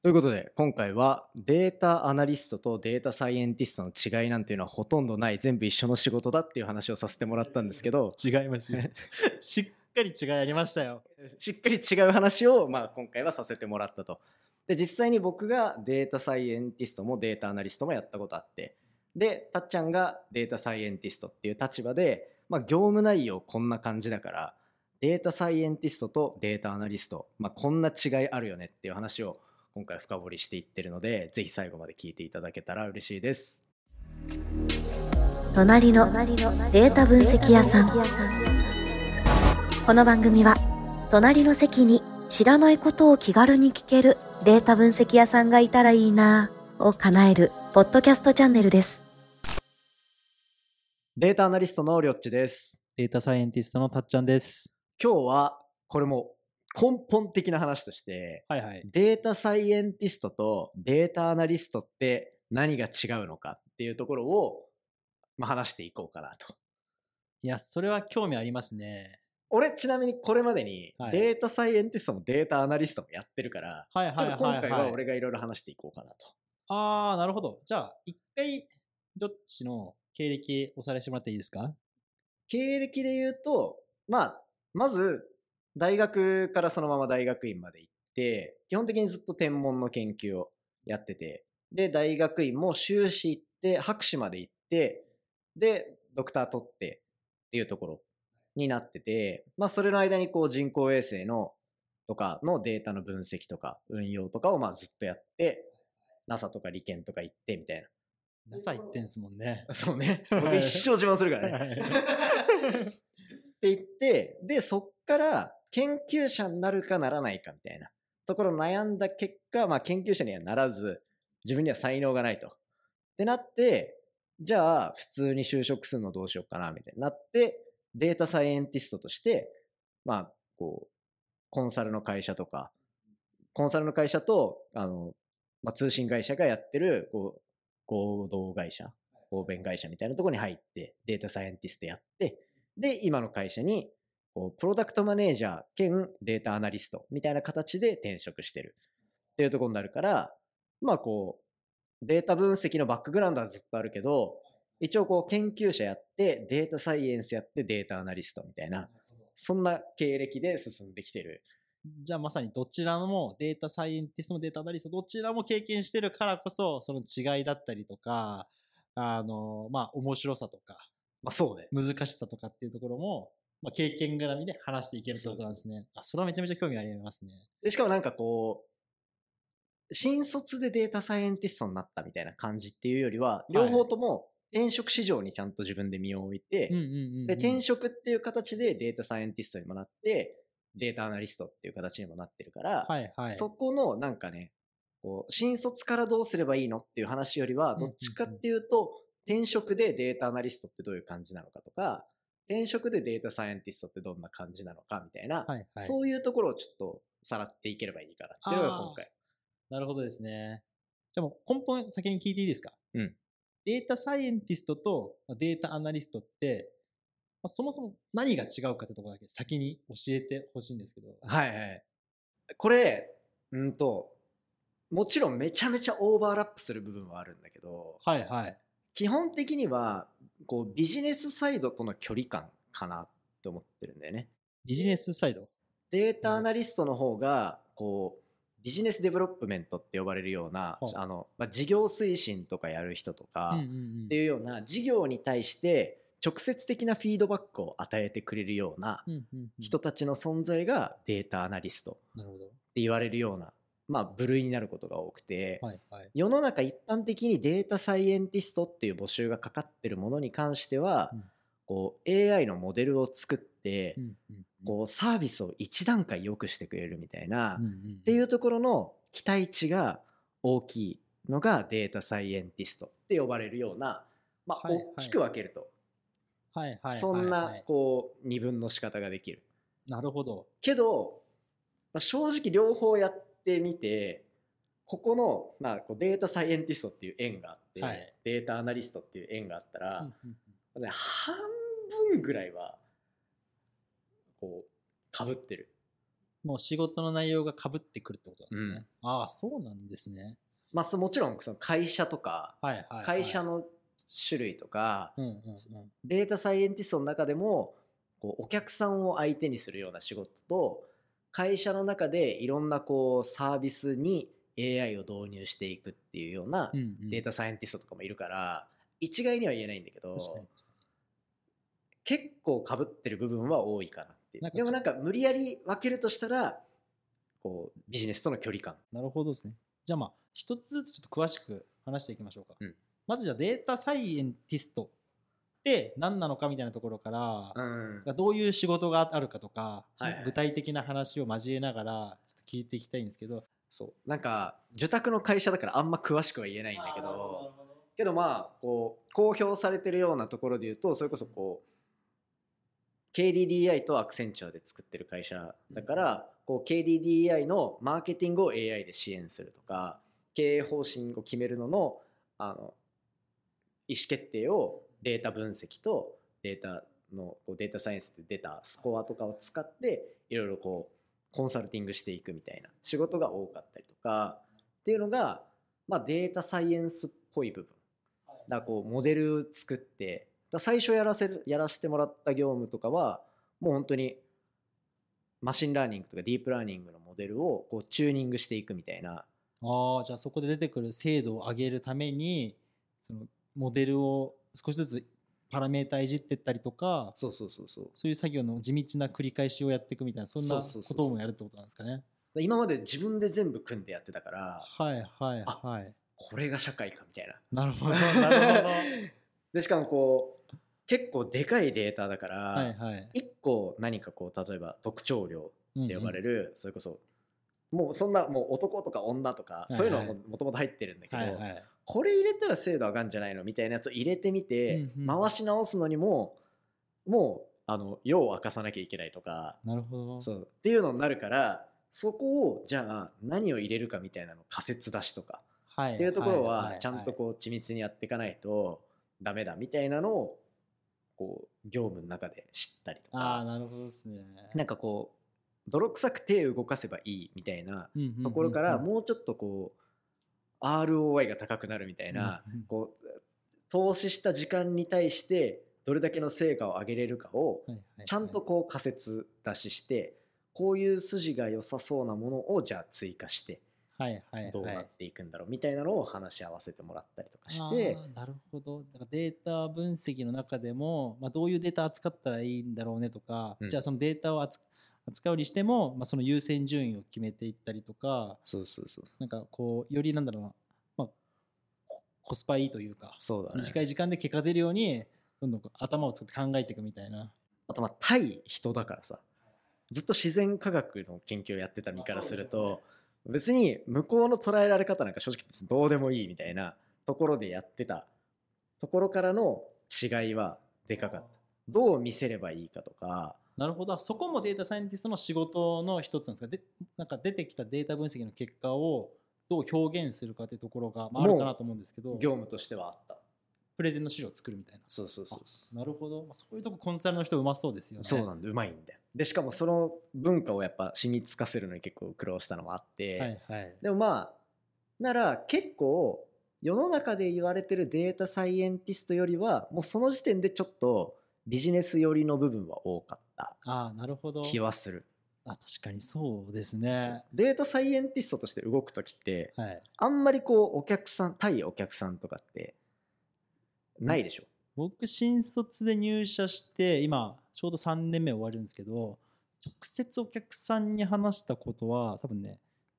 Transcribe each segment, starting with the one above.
ということで今回はデータアナリストとデータサイエンティストの違いなんていうのはほとんどない、全部一緒の仕事だっていう話をさせてもらったんですけど、 違いますよ。しっかり違いありましたよ。 しっかり違う話を今回はさせてもらったと。で実際に僕がデータサイエンティストもデータアナリストもやったことあって、でたっちゃんがデータサイエンティストっていう立場で、業務内容こんな感じだからデータサイエンティストとデータアナリスト、こんな違いあるよねっていう話を今回深掘りしていってるので、ぜひ最後まで聞いていただけたら嬉しいです。 隣のデータ分析屋さん。この番組は隣の席に知らないことを気軽に聞けるデータ分析屋さんがいたらいいなぁを叶えるポッドキャストチャンネルです。 データアナリストのりょっちです。 データサイエンティストのたっちゃんです。 今日はこれも根本的な話として、データサイエンティストとデータアナリストって何が違うのかっていうところを、話していこうかなと。 いや、それは興味ありますね。 俺ちなみにこれまでにデータサイエンティストもデータアナリストもやってるから、ちょっと今回は俺がいろいろ話していこうかなと。 なるほど。じゃあ一回どっちの経歴おさらいしてもらっていいですか？ 経歴で言うと、まず大学からそのまま大学院まで行って、基本的にずっと天文の研究をやってて、で大学院も修士行って博士まで行って、でドクター取ってっていうところになってて、それの間にこう人工衛星のとかのデータの分析とか運用とかをずっとやって、NASA とか理研とか行ってみたいな。 NASA 行ってんすもんね。 そうね。僕一生自慢するからね。って言って、でそっから研究者になるかならないかみたいなところ悩んだ結果、研究者にはならず、自分には才能がないとってなって、じゃあ普通に就職するのどうしようかなみたいになって、データサイエンティストとしてこうコンサルの会社とか、コンサルの会社と通信会社がやってる合同会社、合弁会社みたいなところに入ってデータサイエンティストやって、で今の会社にプロダクトマネージャー兼データアナリストみたいな形で転職してるっていうところになるから、データ分析のバックグラウンドはずっとあるけど、一応研究者やってデータサイエンスやってデータアナリストみたいな、そんな経歴で進んできてる。 じゃあまさにどちらもデータサイエンティストもデータアナリストどちらも経験してるからこそ、その違いだったりとか、面白さとか、 そうね、 難しさとかっていうところも、経験絡みで話していけるってことなんですね。それはめちゃめちゃ興味ありますね。 でしかも新卒でデータサイエンティストになったみたいな感じっていうよりは、両方とも転職市場にちゃんと自分で身を置いて、で転職っていう形でデータサイエンティストにもなって、データアナリストっていう形にもなってるから、そこの新卒からどうすればいいのっていう話よりは、どっちかっていうと、転職でデータアナリストってどういう感じなのかとか、転職でデータサイエンティストってどんな感じなのかみたいな、そういうところをちょっとさらっていければいいかなっていうのが今回。 なるほどですね。じゃあもう根本先に聞いていいですか？ うん。 データサイエンティストとデータアナリストって、そもそも何が違うかってところだけ先に教えてほしいんですけど。 これ、もちろんめちゃめちゃオーバーラップする部分はあるんだけど、基本的にはビジネスサイドとの距離感かなって思ってるんだよね。 ビジネスサイド？ データアナリストの方がビジネスデベロップメントって呼ばれるような、事業推進とかやる人とかっていうような事業に対して直接的なフィードバックを与えてくれるような人たちの存在がデータアナリストって言われるような、部類になることが多くて、世の中一般的にデータサイエンティストっていう募集がかかってるものに関しては、AI のモデルを作って、サービスを一段階良くしてくれるみたいな、っていうところの期待値が大きいのがデータサイエンティストって呼ばれるような、大きく分けると、そんな二分の仕方ができる。 なるほど。 けど、正直両方やってみて、ここの、データサイエンティストっていう円があって、データアナリストっていう円があったら、半分ぐらいは被ってる。 もう仕事の内容が被ってくるってことなんですね。 うんああ、そうなんですね。 まあもちろんその会社とか、 はいはい、はい。 会社の種類とか、 うんうんうん。 データサイエンティストの中でもこうお客さんを相手にするような仕事と、会社の中でいろんなこうサービスに AI を導入していくっていうようなデータサイエンティストとかもいるから、一概には言えないんだけど、 確かに結構被ってる部分は多いかなっていう。 なんかでもなんか無理やり分けるとしたらこうビジネスとの距離感。 なるほどですね。じゃあまあ一つずつちょっと詳しく話していきましょうか。 うん、 まずじゃあデータサイエンティストって何なのかみたいなところから、どういう仕事があるかとか、はいはい、具体的な話を交えながらちょっと聞いていきたいんですけど。 そうなんか受託の会社だからあんま詳しくは言えないんだけど、まあこう公表されてるようなところで言うと、それこそこう KDDI とアクセンチュアで作ってる会社だから、こう KDDI のマーケティングを AI で支援するとか、経営方針を決めるのの意思決定をデータ分析とデータのこうデータサイエンスで出たスコアとかを使っていろいろこうコンサルティングしていくみたいな仕事が多かったりとかっていうのが、まあ、データサイエンスっぽい部分だからこうモデル作って、最初やらせてもらった業務とかはもう本当にマシンラーニングとかディープラーニングのモデルをこうチューニングしていくみたいな。 じゃあそこで出てくる精度を上げるためにそのモデルを少しずつパラメータいじっていったりとか、そういう作業の地道な繰り返しをやっていくみたいな、そんなこともやるってことなんですかね。 今まで自分で全部組んでやってたから、 はいはいはい、 これが社会かみたいな。 なるほどなるほどでしかもこう結構でかいデータだから、 はいはい、 1個何かこう例えば特徴量って呼ばれる、それこそもうそんなもう男とか女とか、そういうのはもともと入ってるんだけど、これ入れたら精度上がるんじゃないのみたいなやつを入れてみて、回し直すのにも用を明かさなきゃいけないとか、 なるほど、 そうっていうのになるから、そこをじゃあ何を入れるかみたいなの仮説出しとか、っていうところはちゃんとこう緻密にやっていかないとダメだみたいなのをこう業務の中で知ったりとか。 なるほどですね。 なんかこう泥臭く手を動かせばいいみたいなところから、もうちょっとこう ROI が高くなるみたいな、こう投資した時間に対してどれだけの成果を上げれるかをちゃんとこう仮説出しして、こういう筋が良さそうなものをじゃあ追加してどうなっていくんだろうみたいなのを話し合わせてもらったりとかして。 なるほど。だからデータ分析の中でも、どういうデータ扱ったらいいんだろうねとか、じゃあそのデータを扱うにしても、その優先順位を決めていったりとか、なんかこうよりなんだろうな、コスパいいというか、 そうだね、 短い時間で結果出るようにどんどん頭を使って考えていくみたいな。 あと対人だからさ、ずっと自然科学の研究をやってた身からすると、別に向こうの捉えられ方なんか正直どうでもいいみたいなところでやってたところからの違いはでかかった。どう見せればいいかとか。 なるほど。そこもデータサイエンティストの仕事の一つなんですか。なんか出てきたデータ分析の結果をどう表現するかというところがあるかなと思うんですけど、 業務としてはあった。 プレゼンの資料を作るみたいな。 そうなるほど。そういうとこコンサルの人うまそうですよね。 そうなんで、うまいんだよ。でしかもその文化をやっぱ染みつかせるのに結構苦労したのもあって、でもなら結構世の中で言われてるデータサイエンティストよりはもうその時点でちょっとビジネス寄りの部分は多かった気はする。 確かにそうですね。 データサイエンティストとして動くときって、あんまりこう対お客さんとかってないでしょ。 僕新卒で入社して今ちょうど3年目終わるんですけど、直接お客さんに話したことは多分ね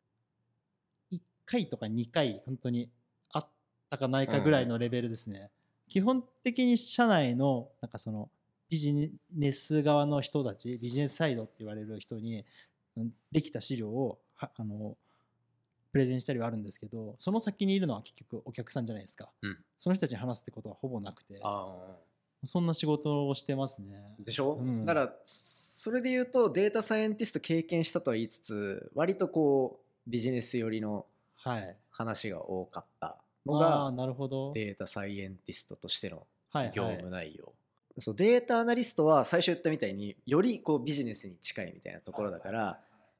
1回とか2回本当にあったかないかぐらいのレベルですね。基本的に社内のなんかそのビジネス側の人たち、ビジネスサイドって言われる人にできた資料をプレゼンしたりはあるんですけど、その先にいるのは結局お客さんじゃないですか、その人たちに話すってことはほぼなくて、そんな仕事をしてますね。 でしょ、だからそれで言うとデータサイエンティスト経験したとは言いつつ、割とこうビジネス寄りの話が多かったのが、データサイエンティストとしての業務内容。そうデータアナリストは最初言ったみたいによりこうビジネスに近いみたいなところだから、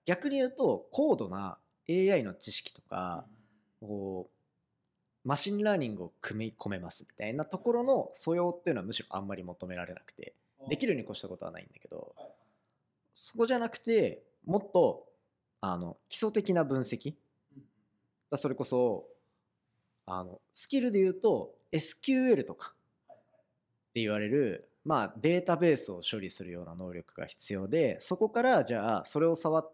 逆に言うと高度な AI の知識とかこうマシンラーニングを組み込めますみたいなところの素養っていうのはむしろあんまり求められなくて、できるに越したことはないんだけど、そこじゃなくてもっと基礎的な分析だ、それこそスキルで言うと SQL とかって言われる、まあ、データベースを処理するような能力が必要で、そこからじゃあそれを触って、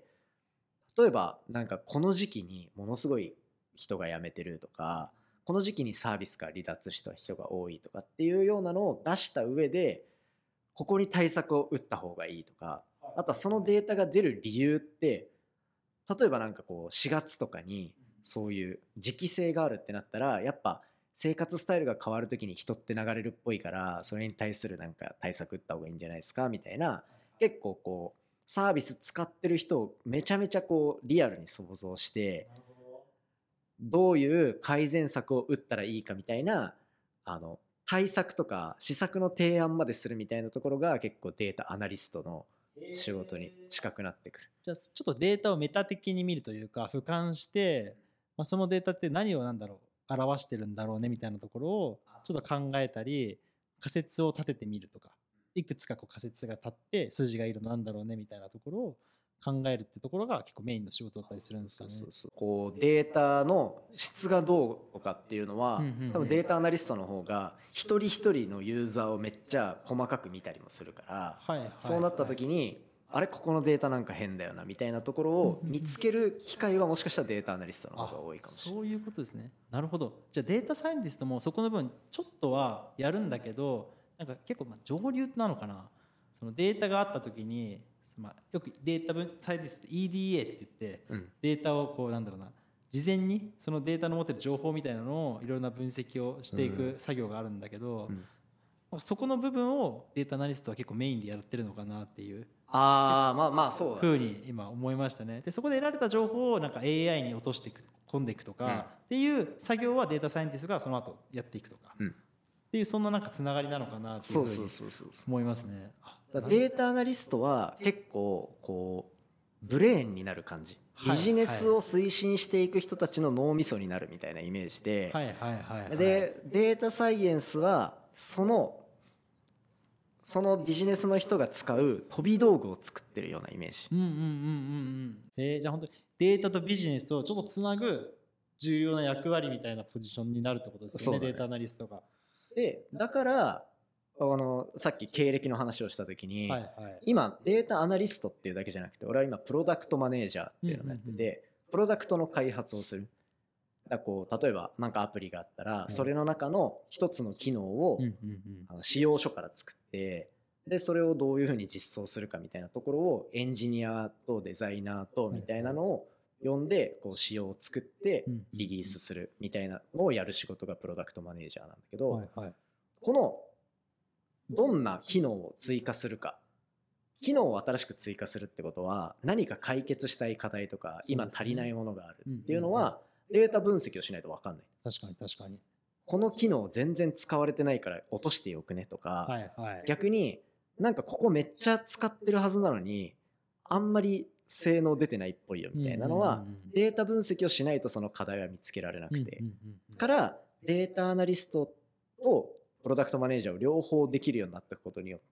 例えばなんかこの時期にものすごい人が辞めてるとか、この時期にサービスから離脱した人が多いとかっていうようなのを出した上で、ここに対策を打った方がいいとか、あとはそのデータが出る理由って、例えばなんかこう4月とかにそういう時期性があるってなったら、やっぱ生活スタイルが変わるときに人って流れるっぽいから、それに対するなんか対策打った方がいいんじゃないですかみたいな、結構こうサービス使ってる人をめちゃめちゃこうリアルに想像して、どういう改善策を打ったらいいかみたいな対策とか施策の提案までするみたいなところが結構データアナリストの仕事に近くなってくる。 じゃあちょっとデータをメタ的に見るというか、俯瞰して、まあ、そのデータって何を表してるんだろうねみたいなところをちょっと考えたり、仮説を立ててみるとか、いくつかこう仮説が立って筋がいるのなんだろうねみたいなところを考えるってところが結構メインの仕事だったりするんですかね。 こうデータの質がどうとかっていうのは、多分データアナリストの方が一人一人のユーザーをめっちゃ細かく見たりもするから、そうなった時にあれここのデータなんか変だよなみたいなところを見つける機会はもしかしたらデータアナリストの方が多いかもしれない。 そういうことですね。なるほど。じゃあデータサイエンティストもそこの分ちょっとはやるんだけど、なんか結構上流なのかな。そのデータがあった時に、よくデータサイエンティスト EDA って言って、データをこう事前にそのデータの持ってる情報みたいなのをいろんな分析をしていく作業があるんだけど、そこの部分をデータアナリストは結構メインでやってるのかなっていうそうふうに今思いましたね。でそこで得られた情報をなんか AI に落として込んでいくとかっていう作業はデータサイエンティストがその後やっていくとかっていう、そんななんかつながりなのかなっていうふうに思いますね。 データアナリストは結構こうブレーンになる感じ、ビジネスを推進していく人たちの脳みそになるみたいなイメージで、でデータサイエンスはそのビジネスの人が使う飛び道具を作ってるようなイメージ。 じゃあ本当にデータとビジネスをちょっとつなぐ重要な役割みたいなポジションになるってことですよね、データアナリストが。 でだからさっき経歴の話をした時に、今データアナリストっていうだけじゃなくて、俺は今プロダクトマネージャーっていうのをやってて、プロダクトの開発をする。だこう例えばなんかアプリがあったら、それの中の一つの機能を仕様書から作って、でそれをどういうふうに実装するかみたいなところをエンジニアとデザイナーとみたいなのを呼んで、こう仕様を作ってリリースするみたいなのをやる仕事がプロダクトマネージャーなんだけど、このどんな機能を追加するか、機能を新しく追加するってことは何か解決したい課題とか今足りないものがあるっていうのはデータ分析をしないと分かんない。 確かにこの機能全然使われてないから落としておくねとか、逆になんかここめっちゃ使ってるはずなのにあんまり性能出てないっぽいよみたいなのはデータ分析をしないとその課題は見つけられなくて、からデータアナリストとプロダクトマネージャーを両方できるようになったことによって、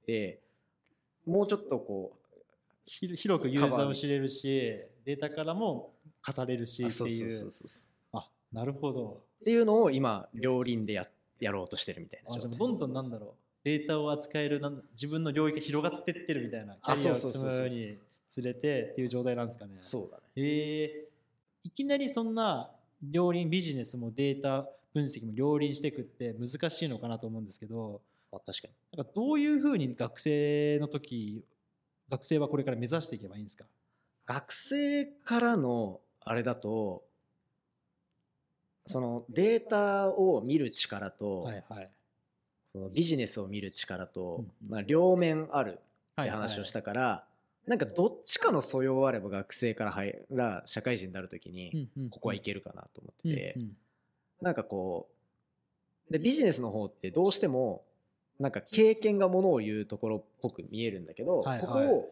もうちょっとこう広くユーザーを知れるし、データからも語れるしっていう。なるほど。 っていうのを今両輪でやろうとしてるみたいな状態。 じゃあどんどんデータを扱える自分の領域が広がってってるみたいな、キャリアを積むにつれてっていう状態なんですかね。 そうだね。 いきなりそんな両輪、ビジネスもデータ分析も両輪していくって難しいのかなと思うんですけど、 確かに。 なんかどういうふうに学生はこれから目指していけばいいんですか？ 学生からのあれだと、そのデータを見る力と、そのビジネスを見る力と、両面あるって話をしたから、なんかどっちかの素養あれば学生から社会人になるときにここはいけるかなと思ってて、なんかこうでビジネスの方ってどうしてもなんか経験がものを言うところっぽく見えるんだけど、ここを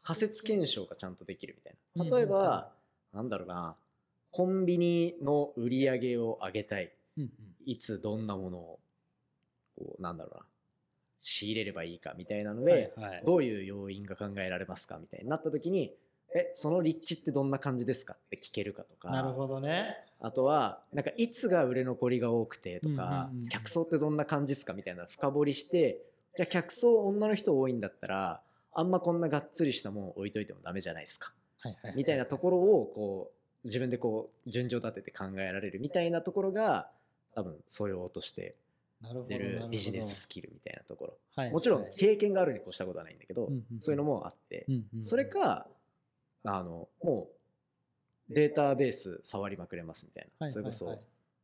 仮説検証がちゃんとできるみたいな。例えば、なんだろうな、コンビニの売り上げを上げたい。いつどんなものをこうなんだろうな仕入れればいいかみたいなので、どういう要因が考えられますかみたいになった時に、その立地ってどんな感じですかって聞けるかとか。 なるほどね。 あとはなんかいつが売れ残りが多くてとか、客層ってどんな感じですかみたいな深掘りして、じゃあ客層女の人多いんだったらあんまこんながっつりしたもん置いといてもダメじゃないですか、みたいなところをこう自分でこう順序立てて考えられるみたいなところが多分素養として出るビジネススキルみたいなところ、もちろん経験があるに越したことはないんだけど、そういうのもあって、それかもうデータベース触りまくれますみたいな、それこそ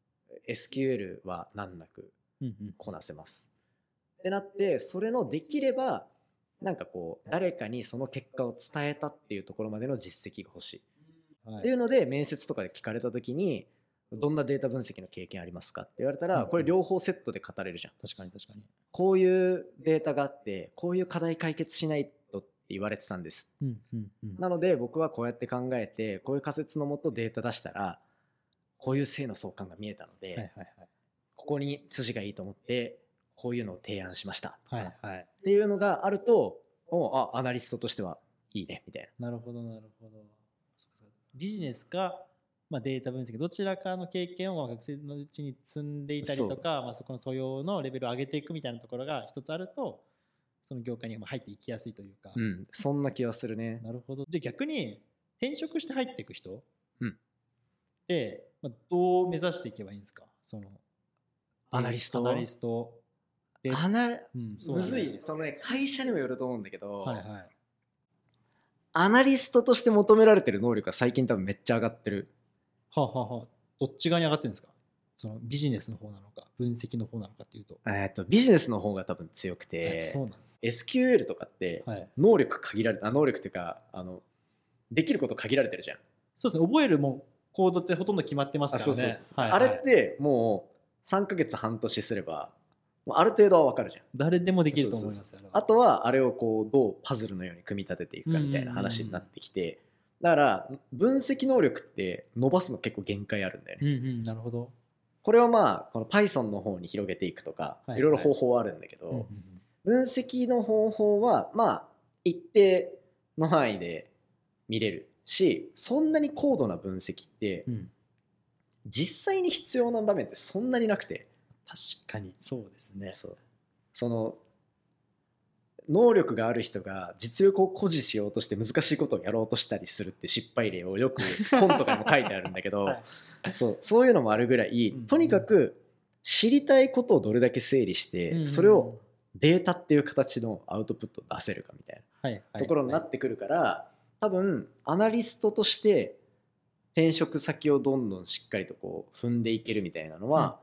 SQL は難なくこなせますってなって、それのできればなんかこう誰かにその結果を伝えたっていうところまでの実績が欲しい、っていうので面接とかで聞かれた時にどんなデータ分析の経験ありますかって言われたら、これ両方セットで語れるじゃん。 確かに。 こういうデータがあってこういう課題解決しないとって言われてたんです、なので僕はこうやって考えてこういう仮説のもとデータ出したらこういう正の相関が見えたので、ここに筋がいいと思ってこういうのを提案しました、っていうのがあるとアナリストとしてはいいねみたいな。 なるほど。ビジネスか、データ分析どちらかの経験を学生のうちに積んでいたりとか、そこの素養のレベルを上げていくみたいなところが一つあるとその業界に入っていきやすいというか、 そんな気はするね。 なるほど。じゃあ逆に転職して入っていく人って、どう目指していけばいいんですか？そのアナリストでむずいね。そのね会社にもよると思うんだけど、アナリストとして求められてる能力が最近多分めっちゃ上がってる。 どっち側に上がってるんですか？そのビジネスの方なのか分析の方なのかっていうと、 ビジネスの方が多分強くて、 そうなんです。 SQL とかって能力限られた、能力っていうかできること限られてるじゃん。 そうですね。覚えるもコードってほとんど決まってますからね。 あれってもう3ヶ月半年すればもうある程度は分かるじゃん。 誰でもできると思いますよ。 あとはあれをこうどうパズルのように組み立てていくかみたいな話になってきて、だから分析能力って伸ばすの結構限界あるんだよね。 なるほど。これをこの Python の方に広げていくとか、いろいろ方法はあるんだけど、分析の方法は一定の範囲で見れるし、そんなに高度な分析って、実際に必要な場面ってそんなになくて。 確かにそうですね。 その能力がある人が実力を誇示しようとして難しいことをやろうとしたりするって失敗例をよく本とかにも書いてあるんだけど、そういうのもあるぐらい、とにかく知りたいことをどれだけ整理して、それをデータっていう形のアウトプットを出せるかみたいなところになってくるから、多分アナリストとして転職先をどんどんしっかりとこう踏んでいけるみたいなのは、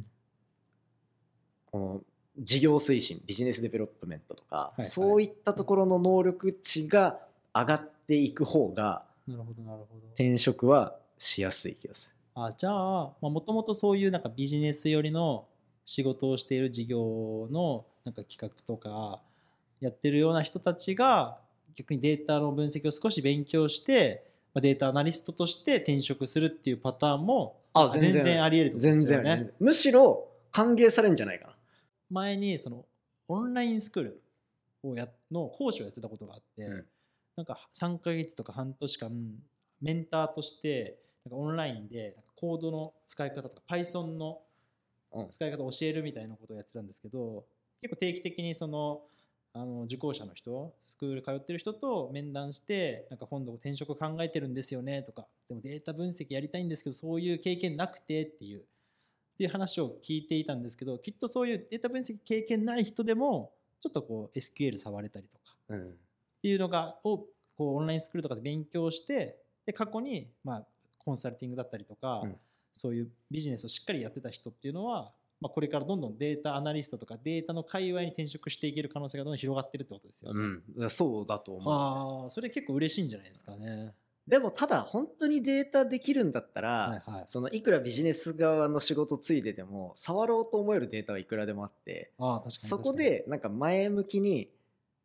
この事業推進、ビジネスデベロップメントとか、そういったところの能力値が上がっていく方が転職はしやすい気がする。 じゃあもともとそういうなんかビジネス寄りの仕事をしている事業のなんか企画とかやってるような人たちが逆にデータの分析を少し勉強してデータアナリストとして転職するっていうパターンも全然あり得るってことですよね。 むしろ歓迎されるんじゃないかな。 前にそのオンラインスクールの講師をやってたことがあって、なんか3ヶ月とか半年間メンターとしてなんかオンラインでコードの使い方とか Python の使い方を教えるみたいなことをやってたんですけど、結構定期的にその受講者の人、スクール通ってる人と面談して、なんか今度転職考えてるんですよねとか、でもデータ分析やりたいんですけどそういう経験なくてっていう話を聞いていたんですけど、きっとそういうデータ分析経験ない人でもちょっとこう SQL 触れたりとかっていうのがこうオンラインスクールとかで勉強して、で過去にコンサルティングだったりとか、そういうビジネスをしっかりやってた人っていうのは、これからどんどんデータアナリストとかデータの界隈に転職していける可能性がどんどん広がってるってことですよね。 そうだと思う。 それ結構嬉しいんじゃないですかね。 でもただ本当にデータできるんだったら、そのいくらビジネス側の仕事ついてても触ろうと思えるデータはいくらでもあって、そこでなんか前向きに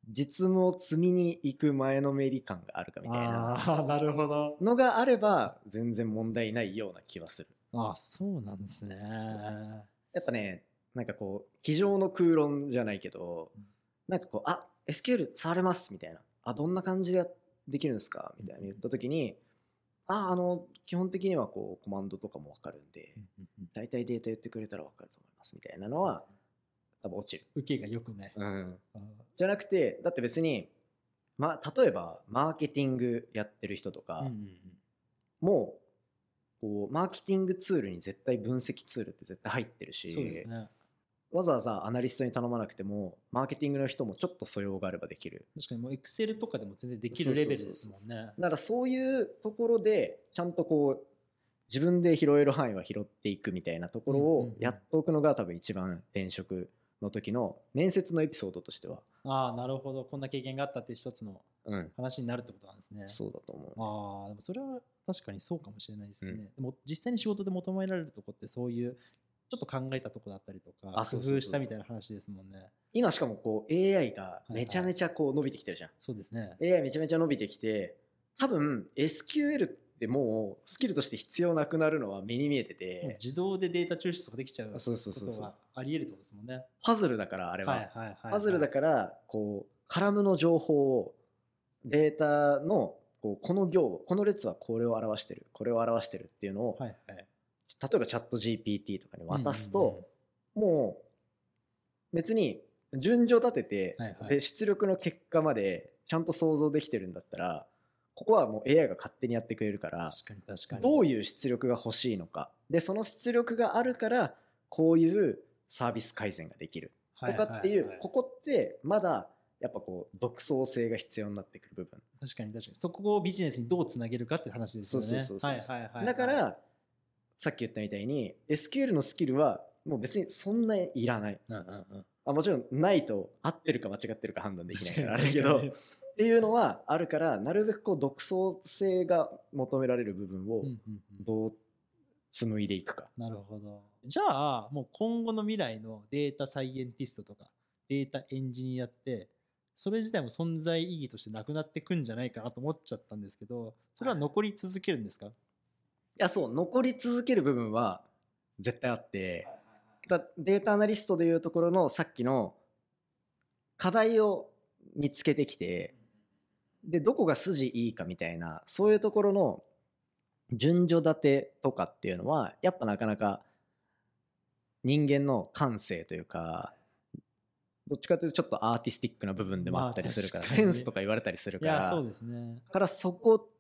実務を積みに行く前のめり感があるかみたいなああ、なるほど。 のがあれば全然問題ないような気はする。 ああ、そうなんですね。 やっぱね、なんかこう机上の空論じゃないけど、なんかこうSQL 触れますみたいな、どんな感じでできるんですかみたいな言った時に、基本的にはこうコマンドとかも分かるんで、大体データ言ってくれたら分かると思いますみたいなのは多分落ちる。 受けが良くない。 じゃなくて、だって別に、例えばマーケティングやってる人とか、もうこうマーケティングツールに絶対分析ツールって絶対入ってるし、 そうですね。 わざわざアナリストに頼まなくてもマーケティングの人もちょっと素養があればできる。 確かにもう Excel とかでも全然できるレベルですもんね。 だからそういうところでちゃんとこう自分で拾える範囲は拾っていくみたいなところをやっておくのが多分一番転職の時の面接のエピソードとしては。 なるほど。こんな経験があったっていう一つの話になるってことなんですね。 そうだと思う。 でもそれは確かにそうかもしれないですね。でも実際に仕事で求められるとこってそういうちょっと考えたとこだったりとか工夫したみたいな話ですもんね。 今しかもこう AI がめちゃめちゃこう伸びてきてるじゃん。 そうですね。 AI めちゃめちゃ伸びてきて、多分 SQL ってもうスキルとして必要なくなるのは目に見えてて、 自動でデータ抽出とかできちゃうことがあり得るってことですもんね。 パズルだからあれは。パズルだからこうカラムの情報をデータのこの行この列はこれを表してるこれを表してるっていうのを、例えばチャット GPT とかに渡すと、もう別に順序立てて、で出力の結果までちゃんと想像できてるんだったら、ここはもう AI が勝手にやってくれるから、どういう出力が欲しいのかで、その出力があるからこういうサービス改善ができるとかっていう、ここってまだやっぱこう独創性が必要になってくる部分。 確かにそこをビジネスにどうつなげるかって話ですよね。 だからさっき言ったみたいに SQL のスキルはもう別にそんなにいらない、もちろんないと合ってるか間違ってるか判断できないからあるけどっていうのはあるから、なるべくこう独創性が求められる部分をどう紡いでいくか。 なるほど。じゃあもう今後の未来のデータサイエンティストとかデータエンジニアってそれ自体も存在意義としてなくなってくんじゃないかなと思っちゃったんですけど、それは残り続けるんですか？いや、そう残り続ける部分は絶対あって、データアナリストでいうところのさっきの課題を見つけてきて、でどこが筋いいかみたいな、そういうところの順序立てとかっていうのはやっぱなかなか人間の感性というか、どっちかというとちょっとアーティスティックな部分でもあったりするから、センスとか言われたりするから、 そうですね。 からそこと、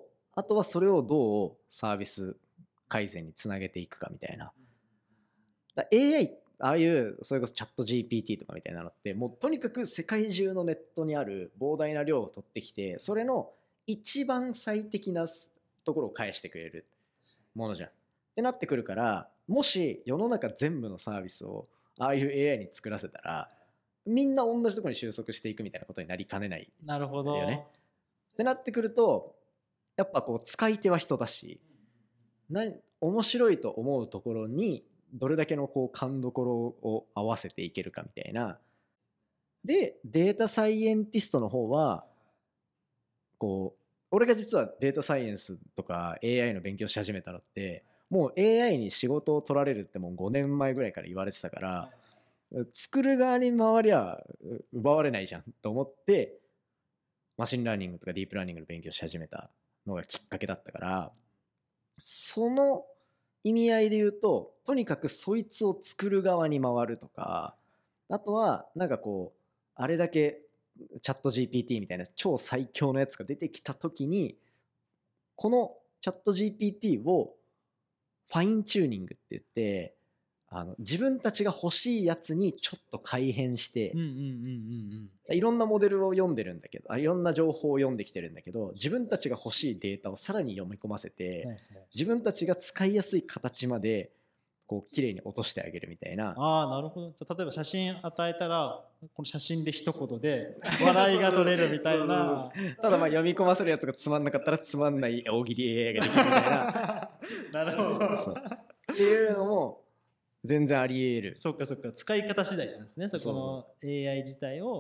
あとはそれをどうサービス改善につなげていくかみたいな。AI ああいうそれこそチャット GPT とかみたいなのってもうとにかく世界中のネットにある膨大な量を取ってきて、それの一番最適なところを返してくれるものじゃんってなってくるから、もし世の中全部のサービスをああいう AI に作らせたらみんな同じところに収束していくみたいなことになりかねない。 なるほど。 ってなってくるとやっぱこう使い手は人だし、面白いと思うところにどれだけのこう勘どころを合わせていけるかみたいな。でデータサイエンティストの方はこう、俺が実はデータサイエンスとか AI の勉強し始めたのってもう AI に仕事を取られるってもう5年前ぐらいから言われてたから、作る側に回りゃ奪われないじゃんと思ってマシンラーニングとかディープラーニングの勉強し始めたのがきっかけだったから、その意味合いで言うととにかくそいつを作る側に回るとか、あとはなんかこうあれだけチャット GPT みたいな超最強のやつが出てきた時に、このチャット GPT をファインチューニングって言って自分たちが欲しいやつにちょっと改変して、いろんなモデルを読んでるんだけど、いろんな情報を読んできてるんだけど、自分たちが欲しいデータをさらに読み込ませて、自分たちが使いやすい形までこう綺麗に落としてあげるみたいな。 なるほど。じゃあ例えば写真与えたらこの写真で一言で笑いが取れるみたいなただ読み込ませるやつがつまんなかったらつまんない大喜利 AI ができるみたいななるほどっていうのも全然あり得る。 そっか使い方次第なんですね。そこの AI 自体を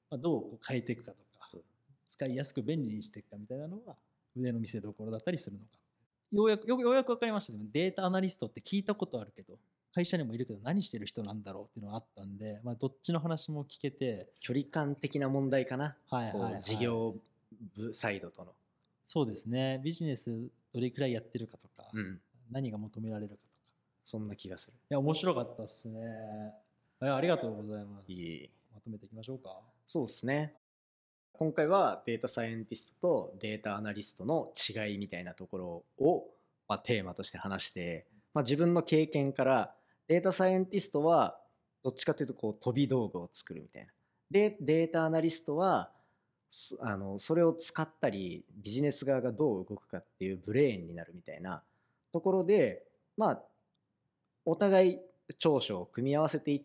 まあ、どうこう変えていくかとかそう使いやすく便利にしていくかみたいなのが腕の見せ所だったりするのか。ようやく分かりました。データアナリストって聞いたことあるけど会社にもいるけど何してる人なんだろうっていうのがあったんで、まあ、どっちの話も聞けて、 距離感的な問題かな、 はいはいはいこう事業部サイドとの。 そうですね、ビジネスどれくらいやってるかとか、 うん何が求められるかとか、 そんな気がする。 いや面白かったっすね。ありがとうございます。 いいまとめていきましょうか。 そうですね。今回はデータサイエンティストとデータアナリストの違いみたいなところを、まあ、テーマとして話して、まあ、自分の経験からデータサイエンティストはどっちかというとこう飛び道具を作るみたいな。でデータアナリストはそれを使ったりビジネス側がどう動くかっていうブレーンになるみたいなところで、まあお互い長所を組み合わせていって、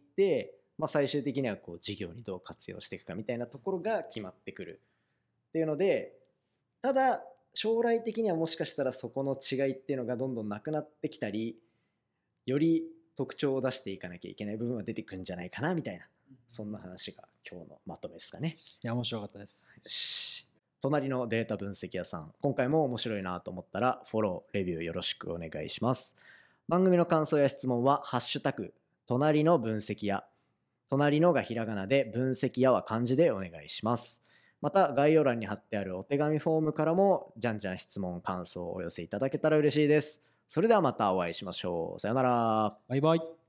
まあ、最終的にはこう事業にどう活用していくかみたいなところが決まってくるっていうので、ただ将来的にはもしかしたらそこの違いっていうのがどんどんなくなってきたり、より特徴を出していかなきゃいけない部分は出てくるんじゃないかなみたいな、そんな話が今日のまとめですかね。 いや面白かったです。 よし、隣のデータ分析屋さん、今回も面白いなと思ったらフォローレビューよろしくお願いします。番組の感想や質問はハッシュタグ隣の分析屋、隣のがひらがなで分析屋は漢字でお願いします。また概要欄に貼ってあるお手紙フォームからもじゃんじゃん質問感想をお寄せいただけたら嬉しいです。それではまたお会いしましょう。さよなら。 バイバイ。